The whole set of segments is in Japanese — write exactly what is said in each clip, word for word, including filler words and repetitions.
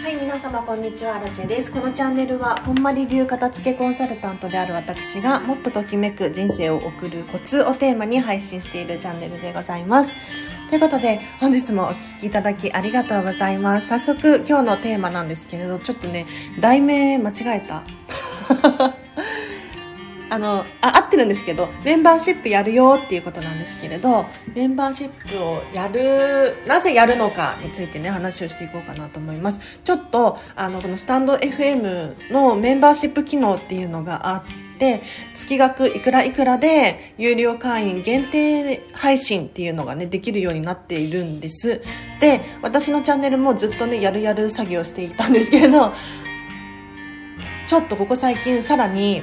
はい、皆様こんにちは、アラチェです。このチャンネルはこんまり流片付けコンサルタントである私がもっとときめく人生を送るコツをテーマに配信しているチャンネルでございます。ということで本日もお聞きいただきありがとうございます。早速今日のテーマなんですけれど、ちょっとね題名間違えたあのあ合ってるんですけど、メンバーシップやるよっていうことなんですけれど、メンバーシップをやる、なぜやるのかについてね話をしていこうかなと思います。ちょっとあのこのスタンド エフエム のメンバーシップ機能っていうのがあって、月額いくらいくらで有料会員限定配信っていうのがねできるようになっているんです。で、私のチャンネルもずっとねやるやる作業をしていたんですけれど、ちょっとここ最近さらに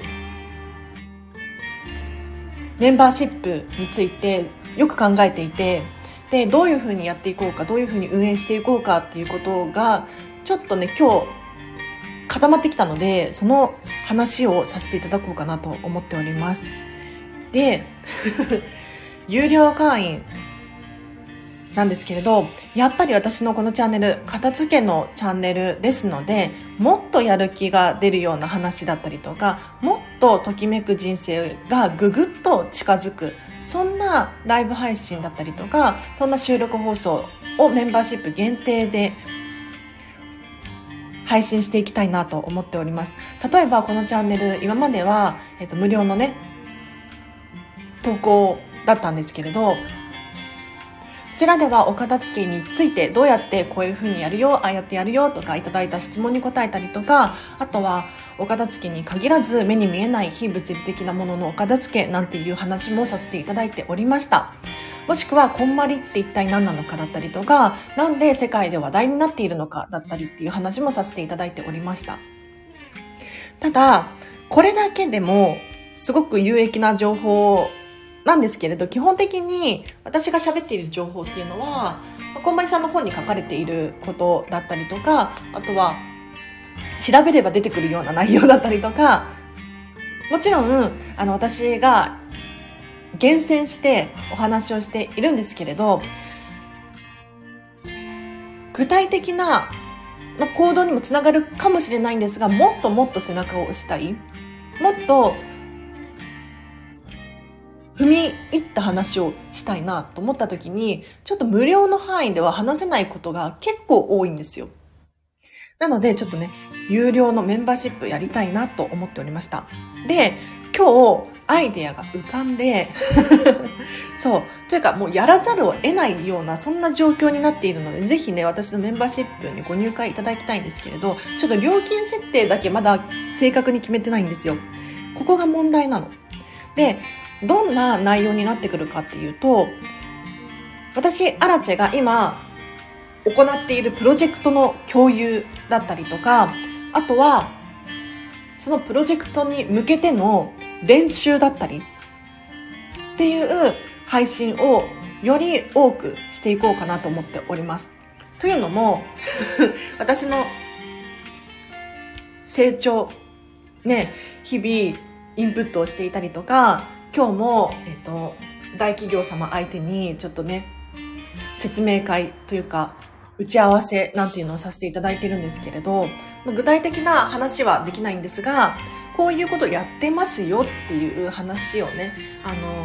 メンバーシップについてよく考えていて、でどういうふうにやっていこうか、どういうふうに運営していこうかっていうことがちょっとね今日固まってきたので、その話をさせていただこうかなと思っております。で有料会員なんですけれど、やっぱり私のこのチャンネル片付けのチャンネルですので、もっとやる気が出るような話だったりとか、もっとときめく人生がぐぐっと近づく、そんなライブ配信だったりとか、そんな収録放送をメンバーシップ限定で配信していきたいなと思っております。例えばこのチャンネル今までは、えっと、無料のね投稿だったんですけれど、こちらではお片付けについてどうやってこういう風にやるよ、ああやってやるよとかいただいた質問に答えたりとか、あとはお片付けに限らず目に見えない非物理的なもののお片付けなんていう話もさせていただいておりました。もしくはこんまりって一体何なのかだったりとか、なんで世界で話題になっているのかだったりっていう話もさせていただいておりました。ただこれだけでもすごく有益な情報なんですけれど、基本的に私が喋っている情報っていうのはこんまりさんの本に書かれていることだったりとか、あとは調べれば出てくるような内容だったりとか、もちろんあの私が厳選してお話をしているんですけれど、具体的な行動にもつながるかもしれないんですが、もっともっと背中を押したい、もっと踏み入った話をしたいなと思った時に、ちょっと無料の範囲では話せないことが結構多いんですよ。なのでちょっとね有料のメンバーシップやりたいなと思っておりました。で、今日アイデアが浮かんでそうというかもうやらざるを得ないようなそんな状況になっているので、ぜひね私のメンバーシップにご入会いただきたいんですけれど、ちょっと料金設定だけまだ正確に決めてないんですよ。ここが問題なので、どんな内容になってくるかっていうと、私アラチェが今行っているプロジェクトの共有だったりとか、あとはそのプロジェクトに向けての練習だったりっていう配信をより多くしていこうかなと思っております。というのも私の成長ね、日々インプットをしていたりとか、今日も、えっと、大企業様相手にちょっとね説明会というか打ち合わせなんていうのをさせていただいているんですけれど、具体的な話はできないんですが、こういうことやってますよっていう話をね、あの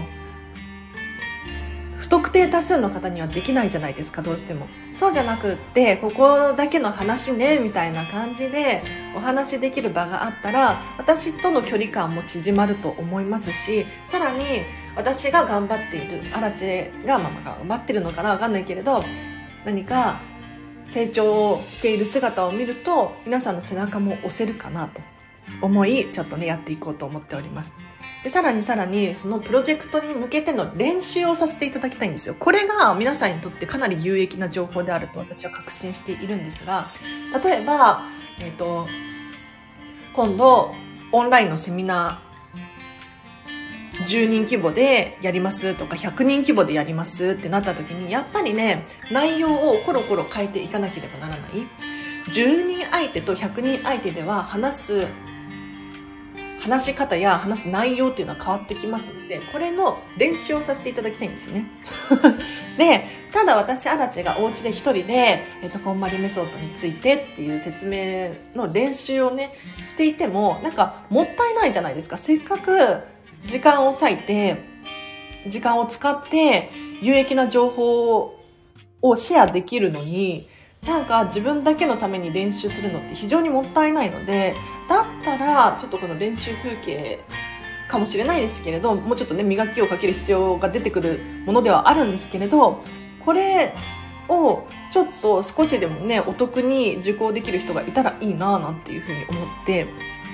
不特定多数の方にはできないじゃないですか、どうしても。そうじゃなくって、ここだけの話ねみたいな感じでお話できる場があったら、私との距離感も縮まると思いますし、さらに私が頑張っている、アラチェがまあ頑張ってるのかなわかんないけれど、何か成長している姿を見ると皆さんの背中も押せるかなと思い、ちょっとねやっていこうと思っております。で、さらにさらにそのプロジェクトに向けての練習をさせていただきたいんですよ。これが皆さんにとってかなり有益な情報であると私は確信しているんですが、例えば、えっと、今度オンラインのセミナーじゅうにん規模でやりますとかひゃくにん規模でやりますってなった時に、やっぱりね内容をコロコロ変えていかなければならない。じゅうにん相手とひゃくにん相手では話す話し方や話す内容っていうのは変わってきますので、これの練習をさせていただきたいんですよね。で、ただ私、アラチェがお家で一人で、えっと、こんまりメソッドについてっていう説明の練習をね、していても、なんかもったいないじゃないですか。せっかく時間を割いて、時間を使って有益な情報をシェアできるのに、なんか自分だけのために練習するのって非常にもったいないので、だったらちょっとこの練習風景かもしれないですけれど、もうちょっとね磨きをかける必要が出てくるものではあるんですけれど、これをちょっと少しでもねお得に受講できる人がいたらいいななんていうふうに思って、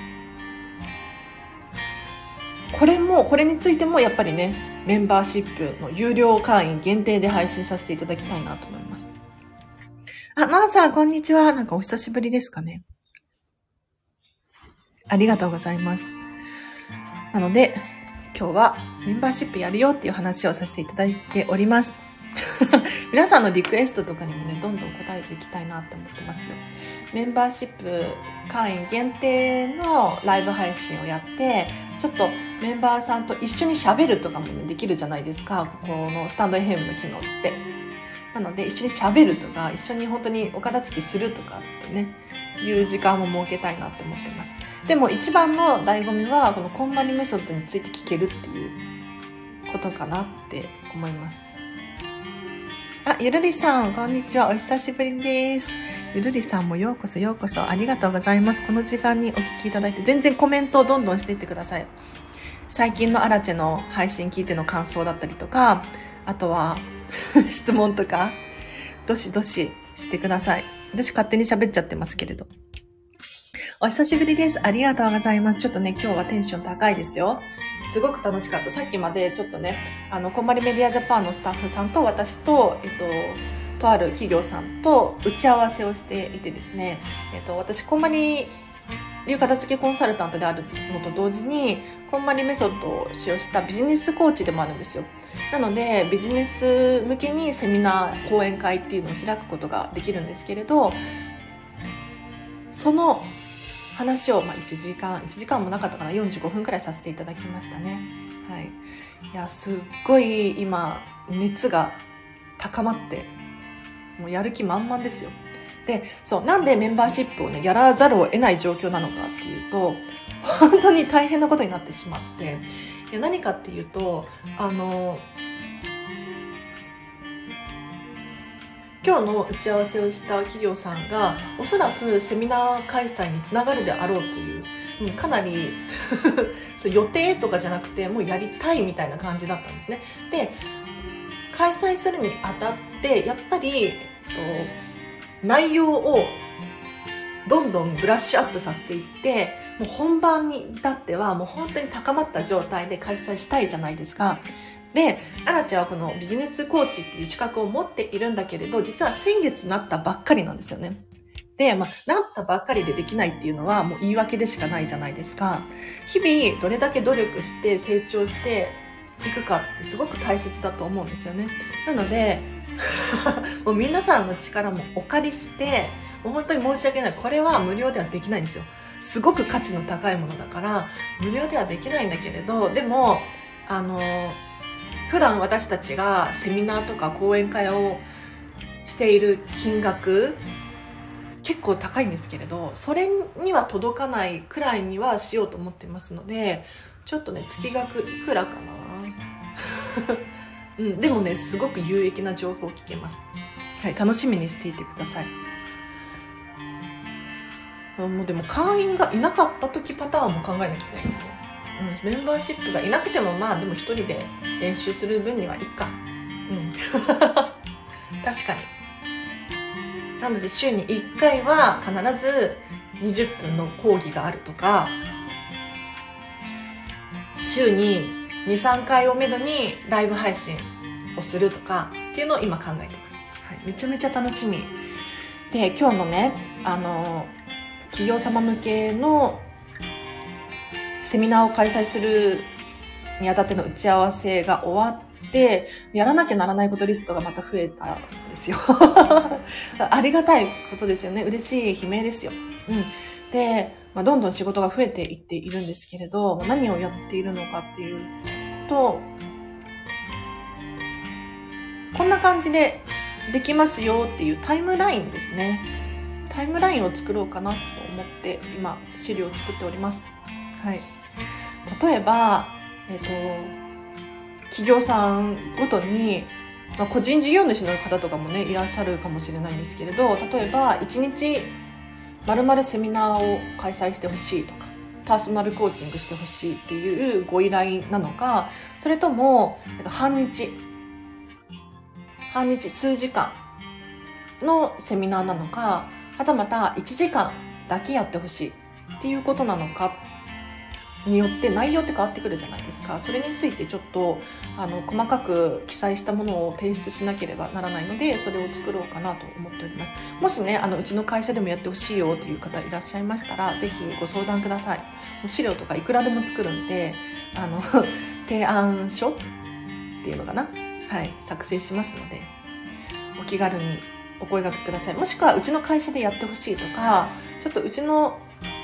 これもこれについてもやっぱりねメンバーシップの有料会員限定で配信させていただきたいなと思います。あ、マーさんこんにちは。なんかお久しぶりですかね。ありがとうございます。なので今日はメンバーシップやるよっていう話をさせていただいております。皆さんのリクエストとかにもねどんどん答えていきたいなって思ってますよ。メンバーシップ会員限定のライブ配信をやって、ちょっとメンバーさんと一緒に喋るとかも、ね、できるじゃないですか、このスタンド エフエム の機能って。なので一緒に喋るとか一緒に本当にお片付けするとかってねいう時間も設けたいなって思ってます。でも一番の醍醐味はこのこんまりメソッドについて聞けるっていうことかなって思います。あ、ゆるりさんこんにちは、お久しぶりです。ゆるりさんもようこそようこそありがとうございます。この時間にお聞きいただいて、全然コメントをどんどんしていってください。最近のアラチェの配信聞いての感想だったりとか、あとは質問とかどしどししてください。私勝手に喋っちゃってますけれど。お久しぶりです。ありがとうございます。ちょっとね今日はテンション高いですよ。すごく楽しかった。さっきまでちょっとねあのこんまりメディアジャパンのスタッフさんと私とえっととある企業さんと打ち合わせをしていてですね、えっと私こんまり流片付けコンサルタントであるのと同時にこんまりメソッドを使用したビジネスコーチでもあるんですよ。なのでビジネス向けにセミナー講演会っていうのを開くことができるんですけれど、その話を、まあ、いちじかんいちじかんもなかったかな、よんじゅうごふんくらいさせていただきましたね。はい、いやすっごい今熱が高まってもうやる気満々ですよ。で、そうなんでメンバーシップをねやらざるを得ない状況なのかっていうと、本当に大変なことになってしまって、いや何かっていうと、あの今日の打ち合わせをした企業さんがおそらくセミナー開催につながるであろうという、うん、かなりそう予定とかじゃなくてもうやりたいみたいな感じだったんですね。で、開催するにあたってやっぱり、えっと、内容をどんどんブラッシュアップさせていって、もう本番に至ってはもう本当に高まった状態で開催したいじゃないですか。で、アラチェはこのビジネスコーチっていう資格を持っているんだけれど、実は先月なったばっかりなんですよね。で、まあ、なったばっかりでできないっていうのはもう言い訳でしかないじゃないですか。日々どれだけ努力して成長していくかってすごく大切だと思うんですよね。なのでもう皆さんの力もお借りして、もう本当に申し訳ない。これは無料ではできないんですよ。すごく価値の高いものだから無料ではできないんだけれど、でもあの普段私たちがセミナーとか講演会をしている金額結構高いんですけれど、それには届かないくらいにはしようと思ってますので、ちょっとね月額いくらかなうん、でもねすごく有益な情報を聞けます。はい、楽しみにしていてください。もうでも会員がいなかった時パターンも考えなきゃいけないですね。うん、メンバーシップがいなくてもまあでも一人で練習する分にはいいか。うん確かに。なので週にいっかいは必ずにじゅっぷんの講義があるとか、週ににさんかいをめどにライブ配信をするとかっていうのを今考えてます。はい、めちゃめちゃ楽しみで、今日のねあの企業様向けのセミナーを開催するにあたっての打ち合わせが終わって、やらなきゃならないことリストがまた増えたんですよありがたいことですよね。嬉しい悲鳴ですよ。うんで、まあ、どんどん仕事が増えていっているんですけれど、何をやっているのかっていうと、こんな感じでできますよっていうタイムラインですね。タイムラインを作ろうかなと思って今資料を作っております。はい。例えば、えっと、企業さんごとに、まあ、個人事業主の方とかもねいらっしゃるかもしれないんですけれど、例えばいちにち〇〇セミナーを開催してほしいとか、パーソナルコーチングしてほしいっていうご依頼なのか、それとも半日半日数時間のセミナーなのか、はたまたいちじかんだけやってほしいっていうことなのかによって内容って変わってくるじゃないですか。それについてちょっとあの細かく記載したものを提出しなければならないので、それを作ろうかなと思っております。もしね、あのうちの会社でもやってほしいよという方いらっしゃいましたら、ぜひご相談ください。もう資料とかいくらでも作るんで、あの提案書っていうのかな、はい、作成しますので、お気軽にお声掛けください。もしくはうちの会社でやってほしいとか、ちょっとうちの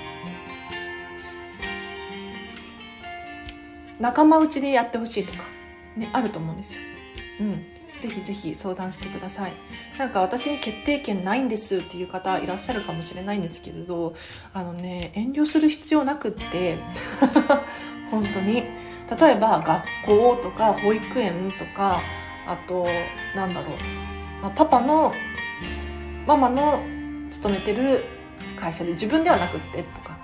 仲間内でやってほしいとか、ね、あると思うんですよ。うん。ぜひぜひ相談してください。なんか私に決定権ないんですっていう方いらっしゃるかもしれないんですけれど、あのね、遠慮する必要なくって本当に、例えば学校とか保育園とか、あとなんだろう、まあ、パパのママの勤めてる会社で自分ではなくってとか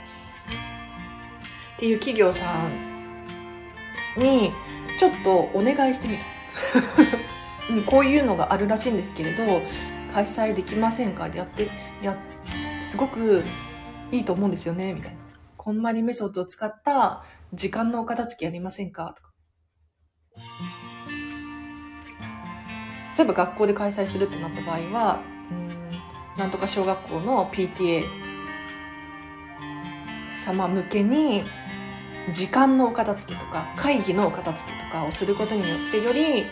っていう企業さんにちょっとお願いしてみるうん、こういうのがあるらしいんですけれど、開催できませんか、やってやすごくいいと思うんですよねみたいな、こんまりメソッドを使った時間のお片付けやりませんかとか。例えば学校で開催するってなった場合は、うーんなんとか小学校の ピーティーエー 様向けに時間のお片付けとか会議のお片付けとかをすることによって、より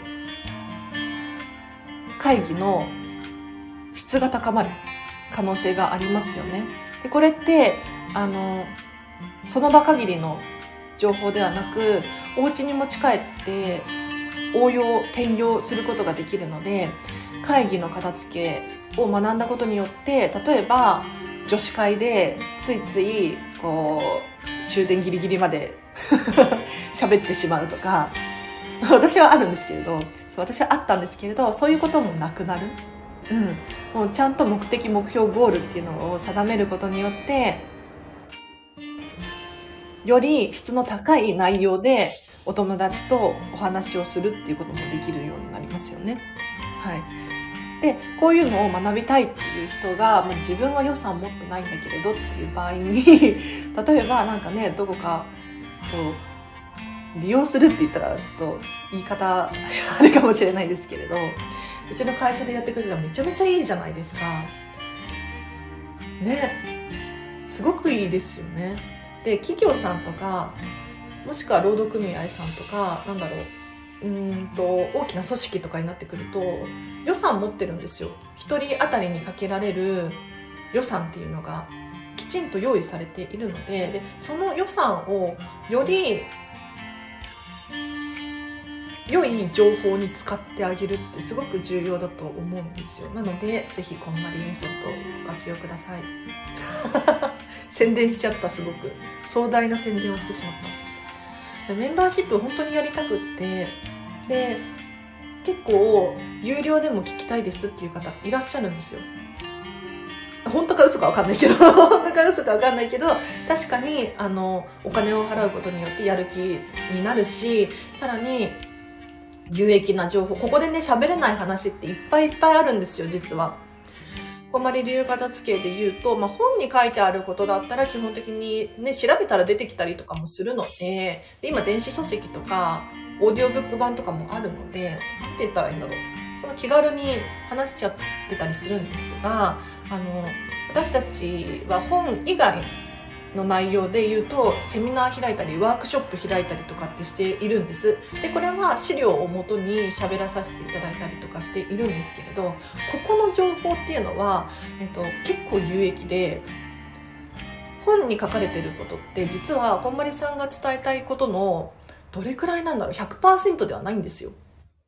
会議の質が高まる可能性がありますよね。でこれってあのその場限りの情報ではなく、お家に持ち帰って応用転用することができるので、会議の片付けを学んだことによって、例えば女子会でついついこう終電ギリギリまで喋ってしまうとか、私はあるんですけれど、そう私はあったんですけれど、そういうこともなくなる。うん、もうちゃんと目的目標ゴールっていうのを定めることによって、より質の高い内容でお友達とお話をするっていうこともできるようになりますよね。はい。でこういうのを学びたいっていう人が、まあ、自分は予算持ってないんだけれどっていう場合に例えばなんかね、どこかこう利用するって言ったらちょっと言い方あるかもしれないですけれど、うちの会社でやってくれたらめちゃめちゃいいじゃないですかね。すごくいいですよね。で企業さんとか、もしくは労働組合さんとか、なんだろううーんと大きな組織とかになってくると予算持ってるんですよ。一人当たりにかけられる予算っていうのがきちんと用意されているので、でその予算をより良い情報に使ってあげるってすごく重要だと思うんですよ。なのでぜひこんまりメソッドをご活用ください宣伝しちゃった。すごく壮大な宣伝をしてしまった。メンバーシップ本当にやりたくって、で結構有料でも聞きたいですっていう方いらっしゃるんですよ。本当か嘘か分かんないけど本当か嘘か分かんないけど、確かにあのお金を払うことによってやる気になるし、さらに有益な情報、ここでね喋れない話っていっぱいいっぱいあるんですよ。実はこんまり流片付けで言うと、まあ、本に書いてあることだったら基本的に、ね、調べたら出てきたりとかもするので、で今電子書籍とかオーディオブック版とかもあるので、なんて言ったらいいんだろう、その気軽に話しちゃってたりするんですが、あの私たちは本以外の内容で言うとセミナー開いたりワークショップ開いたりとかってしているんです。でこれは資料をもとに喋らさせていただいたりとかしているんですけれど、ここの情報っていうのは、えっと、結構有益で、 本に書かれてることって実はこんまりさんが伝えたいことのどれくらいなんだろう ひゃくパーセント ではないんですよ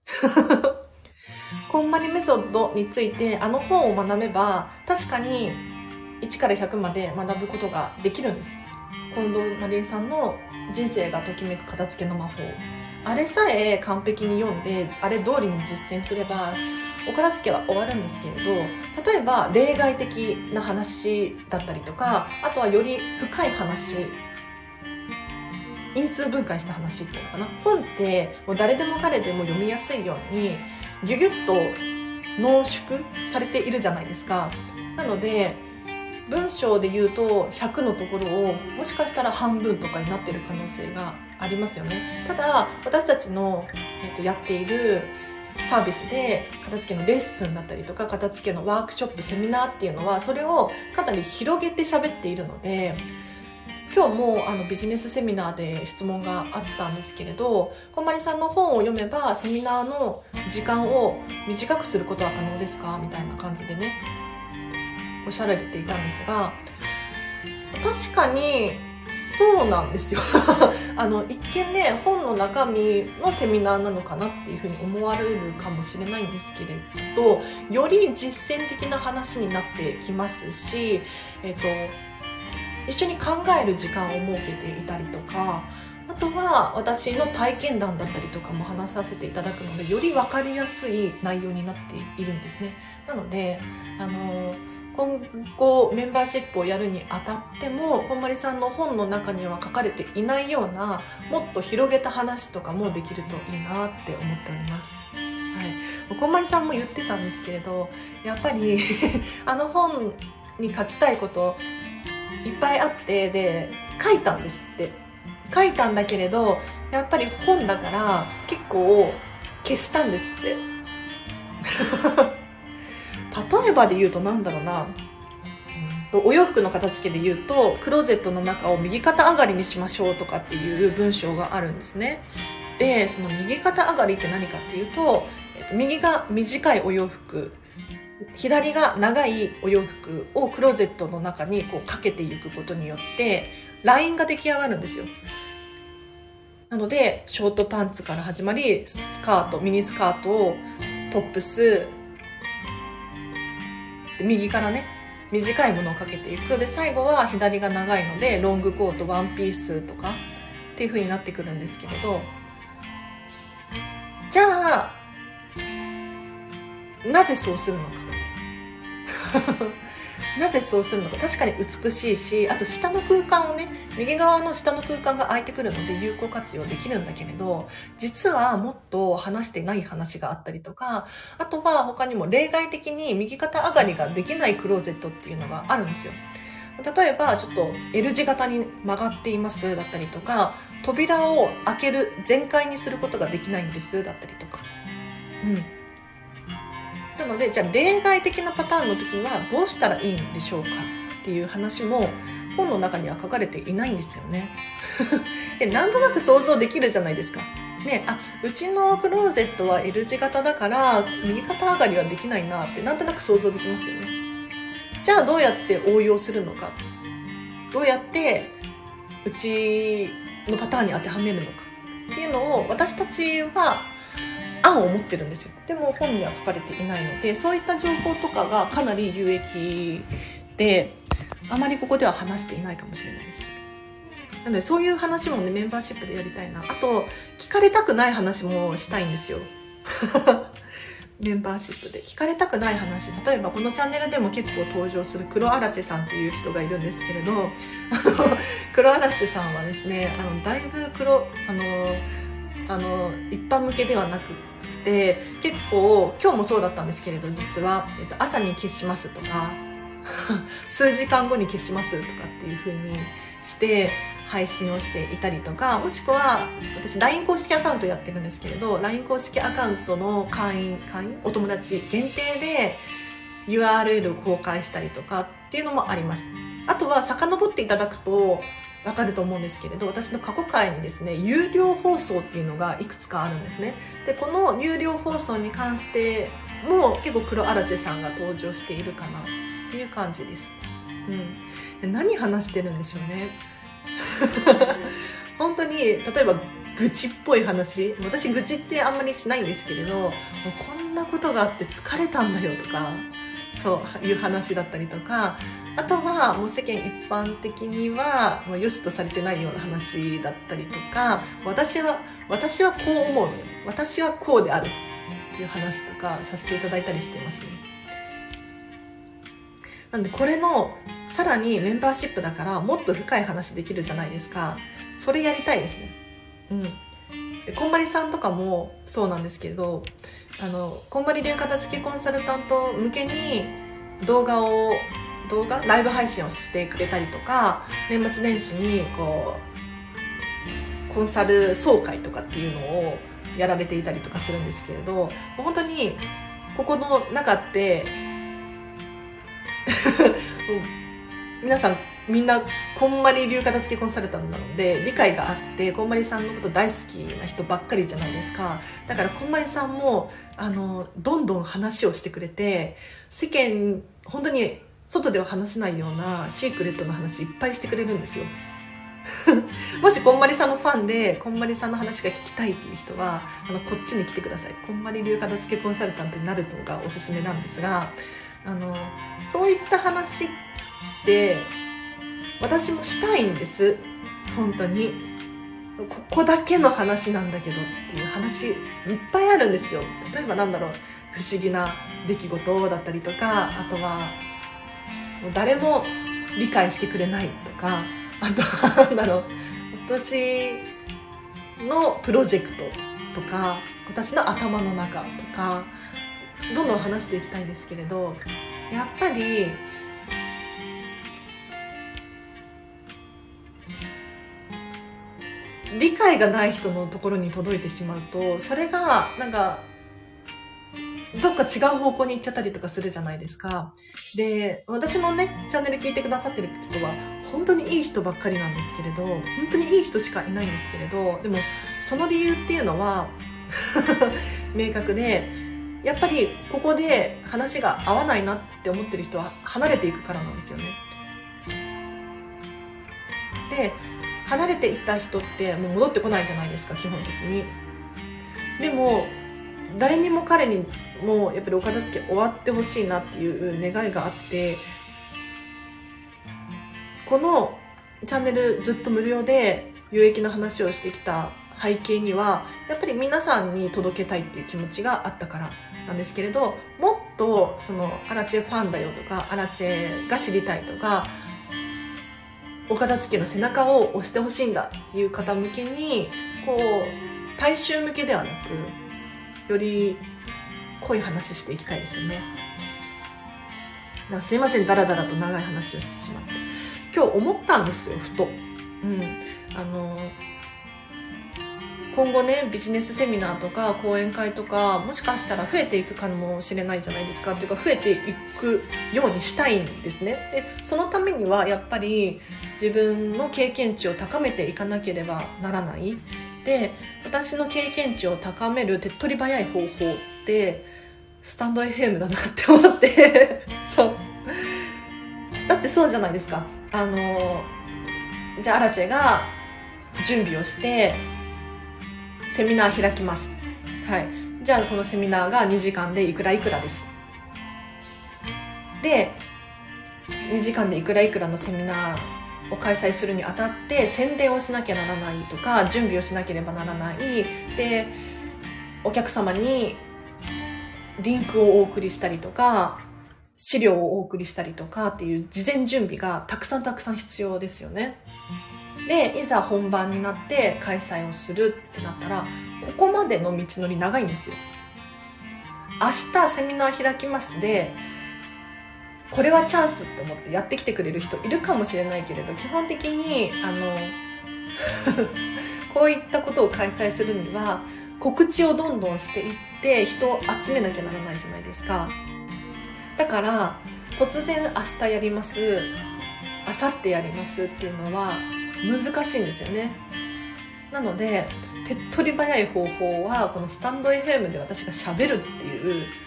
こんまりメソッドについてあの本を学べば確かにいちからひゃくまで学ぶことができるんです。近藤まりえさんの人生がときめく片付けの魔法、あれさえ完璧に読んであれ通りに実践すればお片付けは終わるんですけれど、例えば例外的な話だったりとか、あとはより深い話、因数分解した話っていうのかな。本ってもう誰でも彼でも読みやすいようにギュギュッと濃縮されているじゃないですか。なので文章で言うとひゃくのところをもしかしたら半分とかになっている可能性がありますよね。ただ私たちの、えっと、やっているサービスで片付けのレッスンだったりとか片付けのワークショップ、セミナーっていうのはそれをかなり広げて喋っているので、今日もあのビジネスセミナーで質問があったんですけれど、こんまりさんの本を読めばセミナーの時間を短くすることは可能ですかみたいな感じでねおっしゃられていたんですが、確かにそうなんですよあの一見ね本の中身のセミナーなのかなっていうふうに思われるかもしれないんですけれど、より実践的な話になってきますし、えっと一緒に考える時間を設けていたりとか、あとは私の体験談だったりとかも話させていただくので、より分かりやすい内容になっているんですね。なのであの今後メンバーシップをやるにあたってもこんまりさんの本の中には書かれていないようなもっと広げた話とかもできるといいなって思っております。はい、こんまりさんも言ってたんですけれど、やっぱりあの本に書きたいこといっぱいあって、で書いたんですって。書いたんだけれどやっぱり本だから結構消したんですって例えばで言うとなんだろうな、お洋服の片付けで言うとクローゼットの中を右肩上がりにしましょうとかっていう文章があるんですね。でその右肩上がりって何かっていうと、えっと、右が短いお洋服、左が長いお洋服をクローゼットの中にこうかけていくことによってラインが出来上がるんですよ。なのでショートパンツから始まり、スカート、ミニスカート、トップスで右からね短いものをかけていく。で最後は左が長いのでロングコート、ワンピースとかっていう風になってくるんですけれど、じゃあなぜそうするのかなぜそうするのか。確かに美しいし、あと下の空間をね、右側の下の空間が空いてくるので有効活用できるんだけれど、実はもっと話してない話があったりとか、あとは他にも例外的に右肩上がりができないクローゼットっていうのがあるんですよ。例えばちょっと L 字型に曲がっていますだったりとか、扉を開ける全開にすることができないんですだったりとか、うんなのでじゃあ例外的なパターンの時にはどうしたらいいんでしょうかっていう話も本の中には書かれていないんですよねでなんとなく想像できるじゃないですかね。あ、うちのクローゼットは L 字型だから右肩上がりはできないなってなんとなく想像できますよね。じゃあどうやって応用するのか、どうやってうちのパターンに当てはめるのかっていうのを私たちは案を持ってるんですよ。でも本には書かれていないので、そういった情報とかがかなり有益で、あまりここでは話していないかもしれないです。なのでそういう話もねメンバーシップでやりたいな。あと聞かれたくない話もしたいんですよメンバーシップで聞かれたくない話、例えばこのチャンネルでも結構登場する黒あらちさんっていう人がいるんですけれど、あの黒あらちさんはですね、あのだいぶ黒あのあの一般向けではなくで結構今日もそうだったんですけれど、実は、えっと、朝に消しますとか数時間後に消しますとかっていう風にして配信をしていたりとか、もしくは私 ライン 公式アカウントやってるんですけれど、 ライン 公式アカウントの会員会員お友達限定で ユーアールエル を公開したりとかっていうのもあります。あとは遡っていただくとわかると思うんですけれど、私の過去回にですね有料放送っていうのがいくつかあるんですね。でこの有料放送に関しても結構黒あらちさんが登場しているかなっていう感じです。 うん、何話してるんでしょうね本当に例えば愚痴っぽい話、私愚痴ってあんまりしないんですけれど、もうこんなことがあって疲れたんだよとか、そういう話だったりとか、あとはもう世間一般的にはもう良しとされてないような話だったりとか、私は私はこう思う、私はこうであるっていう話とかさせていただいたりしてますね。なんでこれのさらにメンバーシップだからもっと深い話できるじゃないですか。それやりたいですね。うん。でこんまりさんとかもそうなんですけど、あのこんまり流片付けコンサルタント向けに動画を動画ライブ配信をしてくれたりとか、年末年始にこうコンサル総会とかっていうのをやられていたりとかするんですけれど、もう本当にここの中って皆さんみんなこんまり流片付けコンサルタントなので理解があって、こんまりさんのこと大好きな人ばっかりじゃないですか。だからこんまりさんもあのどんどん話をしてくれて、世間本当に外では話せないようなシークレットの話いっぱいしてくれるんですよもしこんまりさんのファンでこんまりさんの話が聞きたいっていう人は、あのこっちに来てください。こんまり流片付けコンサルタントになるのがおすすめなんですが、あのそういった話って私もしたいんです。本当にここだけの話なんだけどっていう話いっぱいあるんですよ。例えばなんだろう、不思議な出来事だったりとか、あとはもう誰も理解してくれないとか、あとはなんだろう、私のプロジェクトとか、私の頭の中とか、どんどん話していきたいんですけれど、やっぱり理解がない人のところに届いてしまうと、それがなんかどっか違う方向に行っちゃったりとかするじゃないですか。で、私のねチャンネル聞いてくださってる人は本当にいい人ばっかりなんですけれど、本当にいい人しかいないんですけれど、でもその理由っていうのは明確で、やっぱりここで話が合わないなって思ってる人は離れていくからなんですよね。で、離れていった人ってもう戻ってこないじゃないですか、基本的に。でも誰にも彼にもやっぱりお片付け終わってほしいなっていう願いがあって、このチャンネルずっと無料で有益な話をしてきた背景には、やっぱり皆さんに届けたいっていう気持ちがあったからなんですけれど、もっとそのアラチェファンだよとか、アラチェが知りたいとか、お片付けの背中を押してほしいんだっていう方向けに、こう大衆向けではなく、より濃い話していきたいですよね。なんかすいません、だらだらと長い話をしてしまって。今日思ったんですよ、ふと。うん、あの今後ね、ビジネスセミナーとか講演会とかもしかしたら増えていくかもしれないじゃないですか。というか増えていくようにしたいんですね。でそのためにはやっぱり自分の経験値を高めていかなければならない。で、私の経験値を高める手っ取り早い方法ってスタンド エフエム だなって思ってそうだってそうじゃないですか。あのじゃあアラチェが準備をしてセミナー開きます。はい。じゃあこのセミナーがにじかんでいくらいくらです。で、にじかんでいくらいくらのセミナーを開催するにあたって宣伝をしなきゃならないとか、準備をしなければならない。で、お客様にリンクをお送りしたりとか、資料をお送りしたりとかっていう事前準備がたくさんたくさん必要ですよね。で、いざ本番になって開催をするってなったら、ここまでの道のり長いんですよ。明日セミナー開きますで、これはチャンスって思ってやってきてくれる人いるかもしれないけれど、基本的にあのこういったことを開催するには告知をどんどんしていって人を集めなきゃならないじゃないですか。だから突然明日やります、明後日やりますっていうのは難しいんですよね。なので手っ取り早い方法はこのスタンド エフエム で私が喋るっていう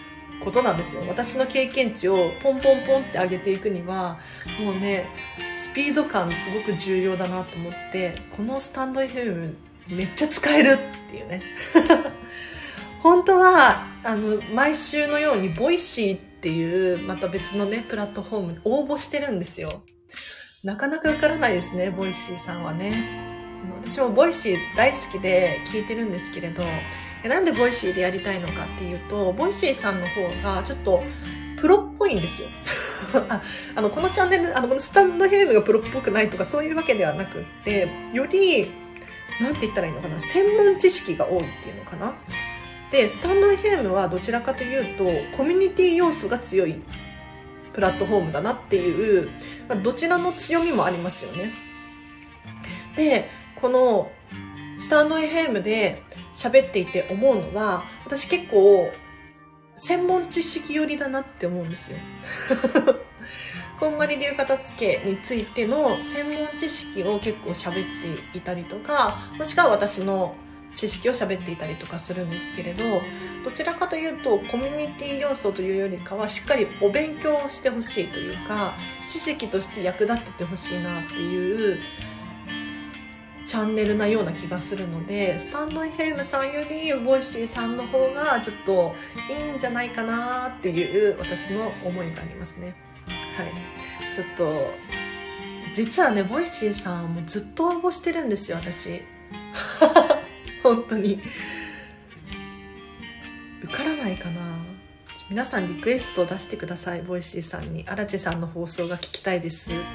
ことなんですよ。私の経験値をポンポンポンって上げていくにはもうねスピード感すごく重要だなと思って、このスタンド エフエム めっちゃ使えるっていうね本当はあの毎週のようにボイシーっていうまた別のねプラットフォームに応募してるんですよ。なかなか受からないですね、ボイシーさんはね。私もボイシー大好きで聞いてるんですけれど、なんでボイシーでやりたいのかっていうと、ボイシーさんの方がちょっとプロっぽいんですよああのこのチャンネル、あのこのスタンド エフエム がプロっぽくないとかそういうわけではなくって、よりなんて言ったらいいのかな、専門知識が多いっていうのかな。でスタンド エフエム はどちらかというとコミュニティ要素が強いプラットフォームだなっていう、まあ、どちらの強みもありますよね。でこのスタンド エフエム で喋っていて思うのは、私結構専門知識寄りだなって思うんですよこんまり流片付けについての専門知識を結構喋っていたりとか、もしくは私の知識を喋っていたりとかするんですけれど、どちらかというとコミュニティ要素というよりかはしっかりお勉強をしてほしいというか、知識として役立っててほしいなっていうチャンネルなような気がするので、スタンド エフエム さんよりボイシーさんの方がちょっといいんじゃないかなっていう私の思いがありますね。はい、ちょっと実はねボイシーさんもずっと応募してるんですよ、私本当に受からないかな。皆さんリクエストを出してください、ボイシーさんに。荒地さんの放送が聞きたいですって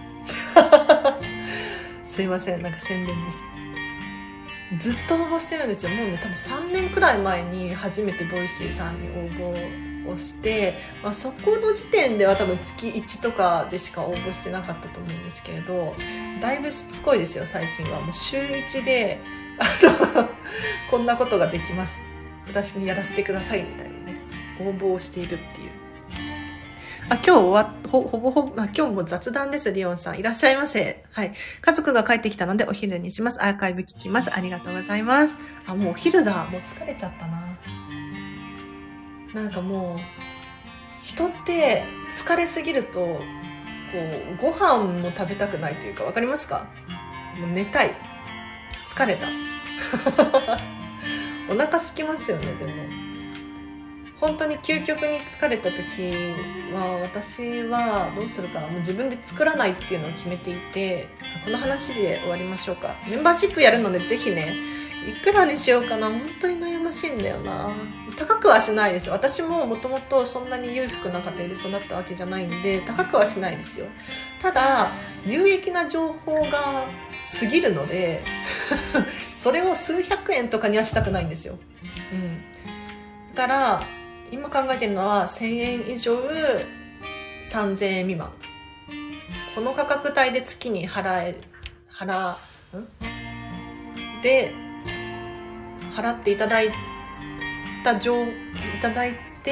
すいません、なんか宣伝です。ずっと応募してるんですよ。もうね多分さんねんくらい前に初めてボイシーさんに応募をして、まあ、そこの時点では多分月いちとかでしか応募してなかったと思うんですけれど、だいぶしつこいですよ最近は。もう週いちであのこんなことができます、私にやらせてくださいみたいなね応募をしているっていう。あ、今日はほほぼほぼ、あ、今日も雑談です。リオンさんいらっしゃいませ。はい、家族が帰ってきたのでお昼にします。アーカイブ聞きます。ありがとうございます。あ、もうお昼だ。もう疲れちゃったな。なんかもう人って疲れすぎるとこうご飯も食べたくないというか、わかりますか？もう寝たい、疲れたお腹空きますよね。でも本当に究極に疲れた時は私はどうするかな、もう自分で作らないっていうのを決めていて、この話で終わりましょうか。メンバーシップやるのでぜひね、いくらにしようかな、本当に悩ましいんだよな。高くはしないです。私ももともとそんなに裕福な家庭で育ったわけじゃないんで高くはしないですよ。ただ有益な情報が過ぎるのでそれを数百円とかにはしたくないんですよ、うん、だから今考えてるのはせんえん以上さんぜんえん未満、この価格帯で月に払え払んで払っていただいた情いただいて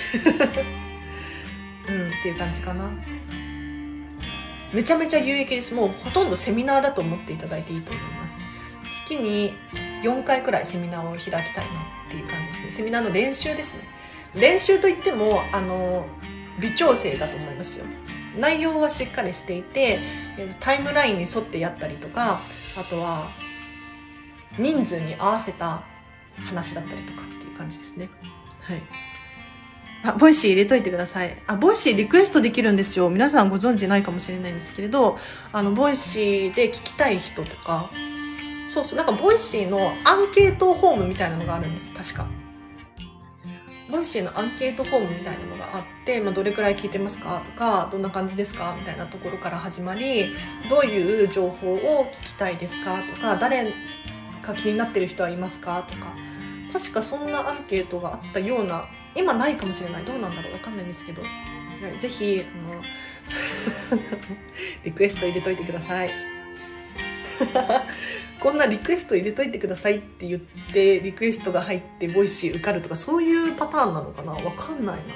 うんっていう感じかな。めちゃめちゃ有益です。もうほとんどセミナーだと思っていただいていいと思います。月によんかいくらいセミナーを開きたいなっていう感じですね。セミナーの練習ですね。練習といってもあの微調整だと思いますよ。内容はしっかりしていてタイムラインに沿ってやったりとか、あとは人数に合わせた話だったりとかっていう感じですね。はい。あ、ボイシー入れといてください。あ、ボイシーリクエストできるんですよ。皆さんご存知ないかもしれないんですけれど、あのボイシーで聞きたい人とか、そうそう、なんかボイシーのアンケートフォームみたいなのがあるんです。確かボイシーのアンケートフォームみたいなのがあって、まあ、どれくらい聞いてますかとか、どんな感じですかみたいなところから始まり、どういう情報を聞きたいですかとか、誰か気になってる人はいますかとか、確かそんなアンケートがあったような、今ないかもしれない、どうなんだろう、わかんないんですけど、ぜひあのリクエスト入れといてくださいこんなリクエスト入れといてくださいって言ってリクエストが入ってボイシー受かるとか、そういうパターンなのかな、わかんないな。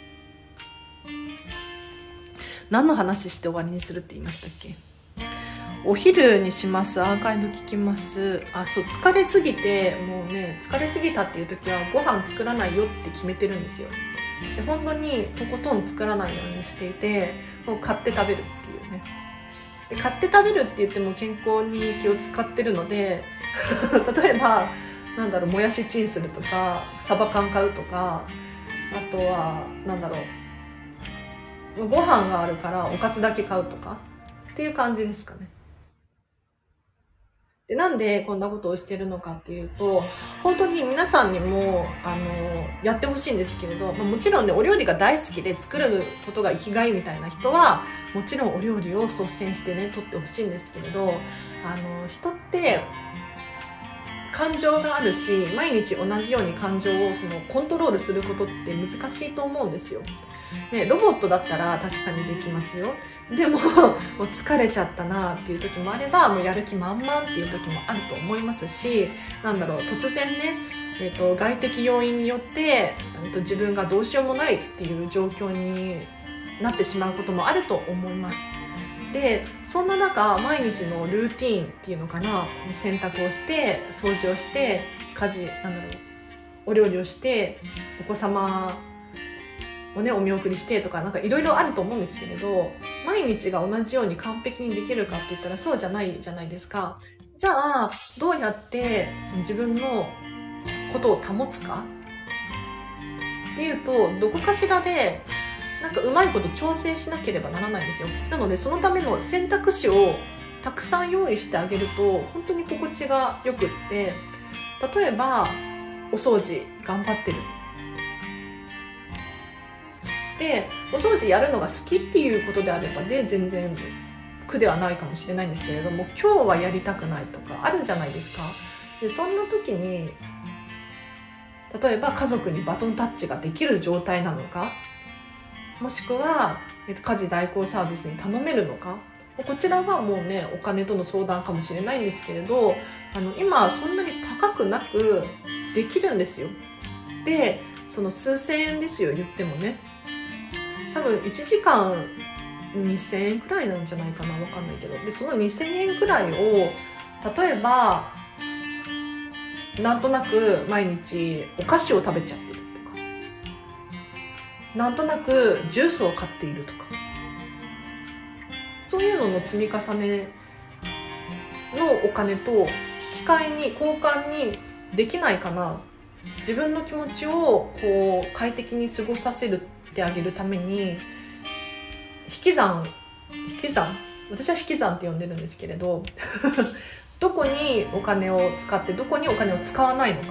何の話して終わりにするって言いましたっけ？ お昼にします。アーカイブ聞きます。あ、そう、疲れすぎてもうね、疲れすぎたっていう時はご飯作らないよって決めてるんですよ。で本当にとことん作らないようにしていて、もう買って食べるっていうね。で買って食べるって言っても健康に気を使ってるので例えばなんだろう、もやしチンするとかサバ缶買うとか、あとはなんだろう、ご飯があるからおかずだけ買うとかっていう感じですかね。でなんでこんなことをしてるのかっていうと、本当に皆さんにもあのやってほしいんですけれど、もちろんね、お料理が大好きで作ることが生きがいみたいな人はもちろんお料理を率先してね取ってほしいんですけれど、あの人って感情があるし、毎日同じように感情をそのコントロールすることって難しいと思うんですよ。ね、ロボットだったら確かにできますよ。でも、もう疲れちゃったなっていう時もあれば、もうやる気満々っていう時もあると思いますし、なんだろう、突然ね、えーと、外的要因によって、えーと、自分がどうしようもないっていう状況になってしまうこともあると思います。でそんな中、毎日のルーティーンっていうのかな、洗濯をして掃除をして家事、なんだろう、お料理をしてお子様をねお見送りしてとか、なんかいろいろあると思うんですけれど、毎日が同じように完璧にできるかって言ったらそうじゃないじゃないですか。じゃあどうやってその自分のことを保つかっていうと、どこかしらでなんかうまいこと調整しなければならないんですよ。なのでそのための選択肢をたくさん用意してあげると本当に心地がよくって、例えばお掃除頑張ってる、でお掃除やるのが好きっていうことであればで全然苦ではないかもしれないんですけれども、今日はやりたくないとかあるじゃないですか。でそんな時に例えば家族にバトンタッチができる状態なのか、もしくは、えっと、家事代行サービスに頼めるのか、こちらはもうねお金との相談かもしれないんですけれど、あの今そんなに高くなくできるんですよ。でその数千円ですよ、言ってもね。多分いちじかんにせんえんくらいなんじゃないかな、わかんないけど。でそのにせんえんくらいを例えばなんとなく毎日お菓子を食べちゃってるとか、なんとなくジュースを買っているとか、そういうのの積み重ねのお金と引き換えに交換にできないかな。自分の気持ちをこう快適に過ごさせるってあげるために、引き算引き算私は引き算って呼んでるんですけれどどこにお金を使ってどこにお金を使わないのか、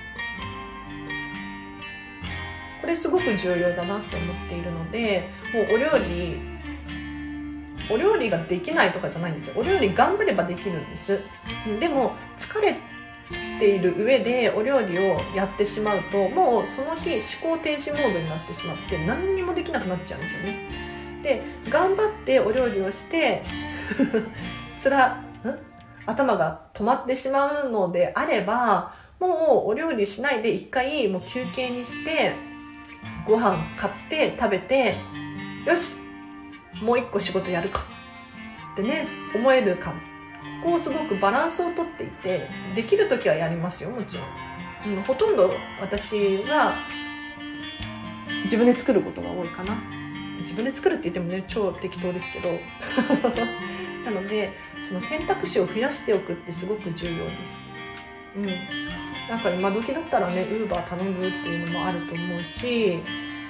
これすごく重要だなって思っているので、もうお料理お料理ができないとかじゃないんですよ。お料理頑張ればできるんです。でも疲れている上でお料理をやってしまうと、もうその日思考停止モードになってしまって何にもできなくなっちゃうんですよね。で頑張ってお料理をしてつらん頭が止まってしまうのであれば、もうお料理しないで一回もう休憩にしてご飯買って食べて、よしもう一個仕事やるかってね思えるか、こうすごくバランスをとっていて、できるときはやりますよ、もちろん、うん、ほとんど私は自分で作ることが多いかな。自分で作るって言ってもね超適当ですけどなのでその選択肢を増やしておくってすごく重要です。うん、なんか今時だったらねウーバー頼むっていうのもあると思うし、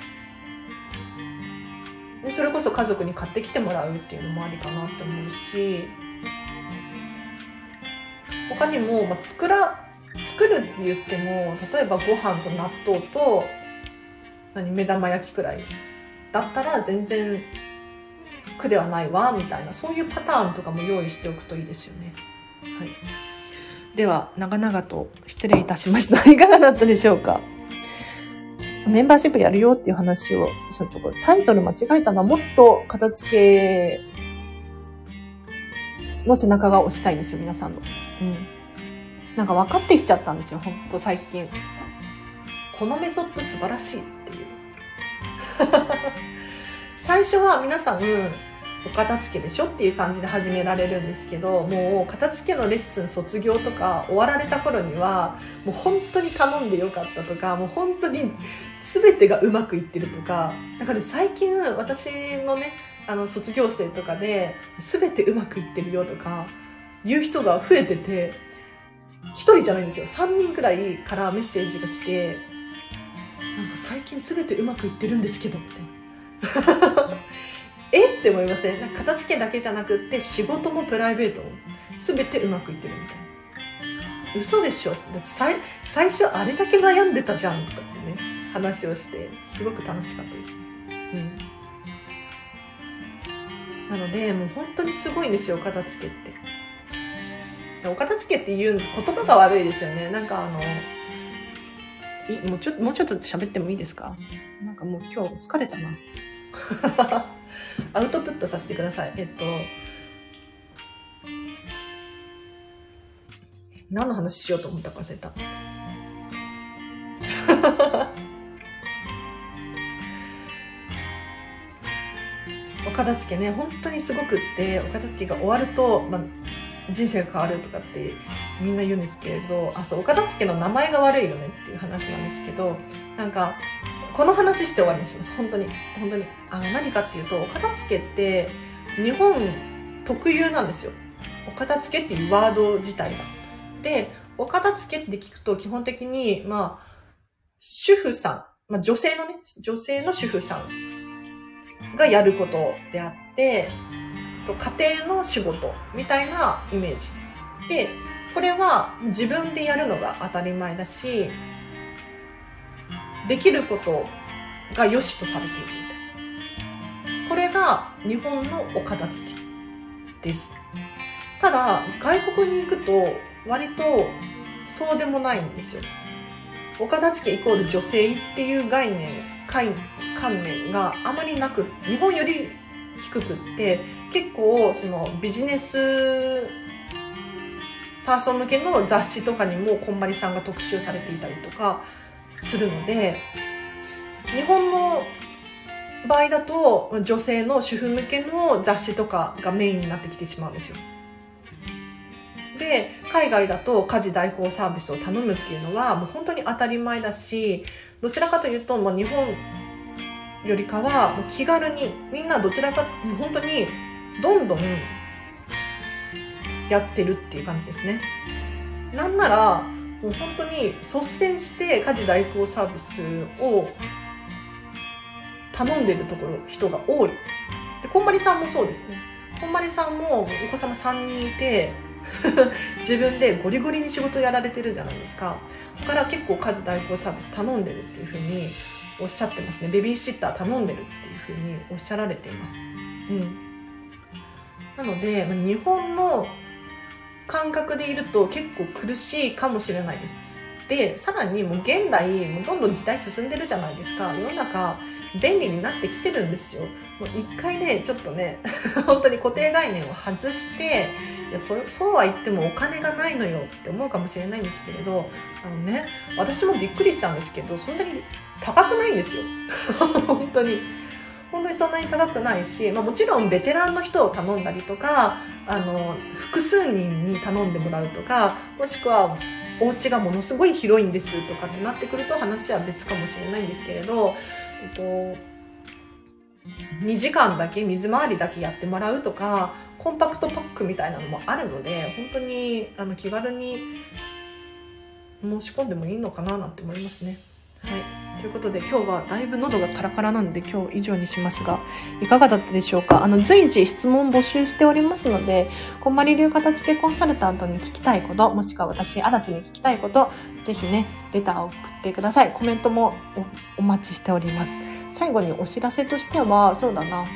でそれこそ家族に買ってきてもらうっていうのもありかなと思うし、他にも、まあ、作ら作るって言っても例えばご飯と納豆と何目玉焼きくらいだったら全然苦ではないわみたいな、そういうパターンとかも用意しておくといいですよね。はい、では長々と失礼いたしましたいかがだったでしょうか。そうメンバーシップやるよっていう話をちょっとこれタイトル間違えたな。もっと片付けの背中が押したいんですよ、皆さんの。うん、なんか分かってきちゃったんですよ、ほんと最近。このメソッド素晴らしいっていう最初は皆さんお片付けでしょっていう感じで始められるんですけど、もう片付けのレッスン卒業とか終わられた頃にはもう本当に頼んでよかったとか、もう本当に全てがうまくいってるとか、なんかね最近私のねあの卒業生とかで全てうまくいってるよとか言う人が増えてて、一人じゃないんですよ、さんにんくらいからメッセージが来て、なんか最近全てうまくいってるんですけどってえって思いません？なんか片付けだけじゃなくって仕事もプライベートも全てうまくいってるみたいな。嘘でしょ、だって最最初あれだけ悩んでたじゃんとかってね話をしてすごく楽しかったですね。うん、なのでもう本当にすごいんですよお片付けって。お片付けっていう言葉が悪いですよね。なんかあのいもうちょもうちょっと喋ってもいいですか？なんかもう今日疲れたなアウトプットさせてください。えっと何の話しようと思ったか忘れたお片付けね本当にすごくって、お片付けが終わると、まあ、人生が変わるとかってみんな言うんですけれど、あそうお片付けの名前が悪いよねっていう話なんですけど、なんかこの話して終わりにします。本当に本当にあの何かっていうと、お片付けって日本特有なんですよ。お片付けっていうワード自体が。でお片付けって聞くと基本的にまあ主婦さん、まあ、女性のね女性の主婦さんがやることであって、家庭の仕事みたいなイメージで、これは自分でやるのが当たり前だし、できることが良しとされているみたいな。これが日本のお片付けです。ただ外国に行くと割とそうでもないんですよ。お片付けイコール女性っていう概念観念があまりなく、日本より低くって、結構そのビジネスパーソン向けの雑誌とかにもこんまりさんが特集されていたりとかするので、日本の場合だと女性の主婦向けの雑誌とかがメインになってきてしまうんですよ。で海外だと家事代行サービスを頼むっていうのはもう本当に当たり前だし、どちらかというと、まあ、日本よりかはもう気軽にみんなどちらか本当にどんどんやってるっていう感じですね。なんならもう本当に率先して家事代行サービスを頼んでるところ人が多い。でこんまりさんもそうですね。こんまりさんもお子様さんにんいて自分でゴリゴリに仕事やられてるじゃないですか。だから結構家事代行サービス頼んでるっていうふうにおっしゃってますね。ベビーシッター頼んでるっていうふうにおっしゃられています。うん、なので日本の感覚でいると結構苦しいかもしれないです。でさらにもう現代もうどんどん時代進んでるじゃないですか。世の中便利になってきてるんですよ。もう一回ねちょっとね本当に固定概念を外して、いや そ, そうは言ってもお金がないのよって思うかもしれないんですけれど、あのね私もびっくりしたんですけど、そんなに高くないんですよ本当に本当にそんなに高くないし、まあ、もちろんベテランの人を頼んだりとか、あの複数人に頼んでもらうとか、もしくはお家がものすごい広いんですとかってなってくると話は別かもしれないんですけれど、えっと、にじかんだけ水回りだけやってもらうとかコンパクトパックみたいなのもあるので、本当にあの気軽に申し込んでもいいのかななんて思いますね。はい、ということで今日はだいぶ喉がカラカラなので今日以上にしますが、いかがだったでしょうか。あの随時質問募集しておりますので、こんまり流片付けコンサルタントに聞きたいこと、もしくは私足立に聞きたいこと、ぜひねレターを送ってください。コメントも お, お待ちしております。最後にお知らせとしては、そうだな、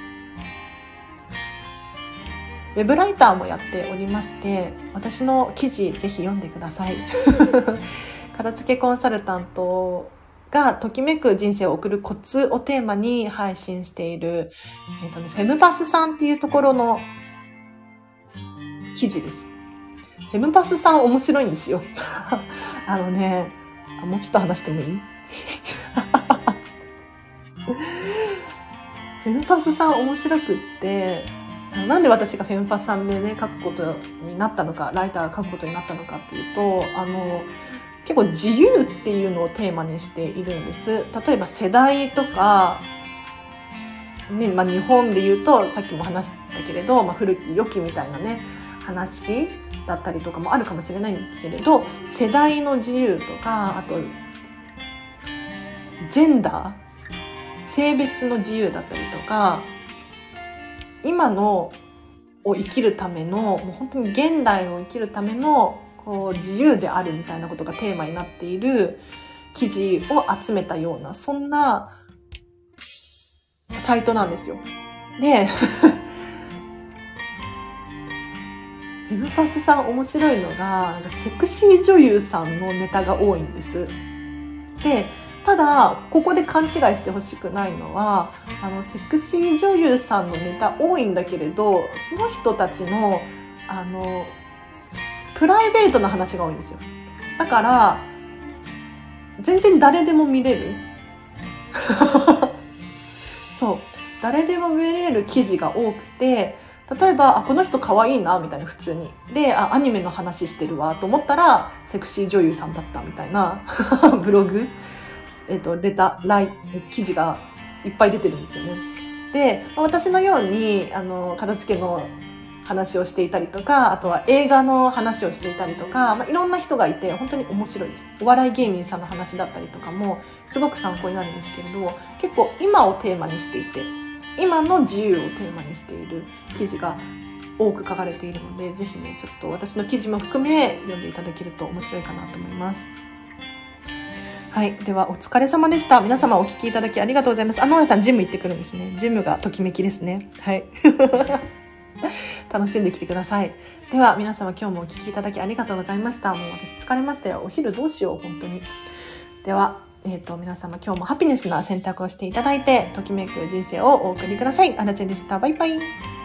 ウェブライターもやっておりまして、私の記事ぜひ読んでください片付けコンサルタントがときめく人生を送るコツをテーマに配信している、えっとね、フェムパスさんっていうところの記事です。フェムパスさん面白いんですよあのねあ、もうちょっと話してもいいフェムパスさん面白くって、なんで私がフェムパスさんでね書くことになったのか、ライターが書くことになったのかっていうと、あの結構自由っていうのをテーマにしているんです。例えば世代とか、ねまあ、日本で言うとさっきも話したけれど、まあ、古き良きみたいなね話だったりとかもあるかもしれないんだけれど、世代の自由とか、あとジェンダー、性別の自由だったりとか、今のを生きるための、もう本当に現代を生きるためのこう自由であるみたいなことがテーマになっている記事を集めたような、そんなサイトなんですよ。でフェムパスさん面白いのが、セクシー女優さんのネタが多いんです。でただここで勘違いしてほしくないのは、あのセクシー女優さんのネタ多いんだけれど、その人たちのあのプライベートな話が多いんですよ。だから全然誰でも見れるそう、誰でも見れる記事が多くて、例えばあこの人可愛いなみたいな、普通にで、あアニメの話してるわと思ったらセクシー女優さんだったみたいなブログ、えっと、レタライ記事がいっぱい出てるんですよね。で私のようにあの片付けの話をしていたりとか、あとは映画の話をしていたりとか、まあ、いろんな人がいて本当に面白いです。お笑い芸人さんの話だったりとかもすごく参考になるんですけれど、結構今をテーマにしていて、今の自由をテーマにしている記事が多く書かれているので、ぜひねちょっと私の記事も含め読んでいただけると面白いかなと思います。はい、ではお疲れ様でした。皆様お聞きいただきありがとうございます。あのやさんジム行ってくるんですね。ジムがときめきですね。はい楽しんできてください。では皆様今日もお聞きいただきありがとうございました。もう私疲れましたよ。お昼どうしよう本当に。では、えーと、皆様今日もハピネスな選択をしていただいて、ときめく人生をお送りください。あらちゃんでした。バイバイ。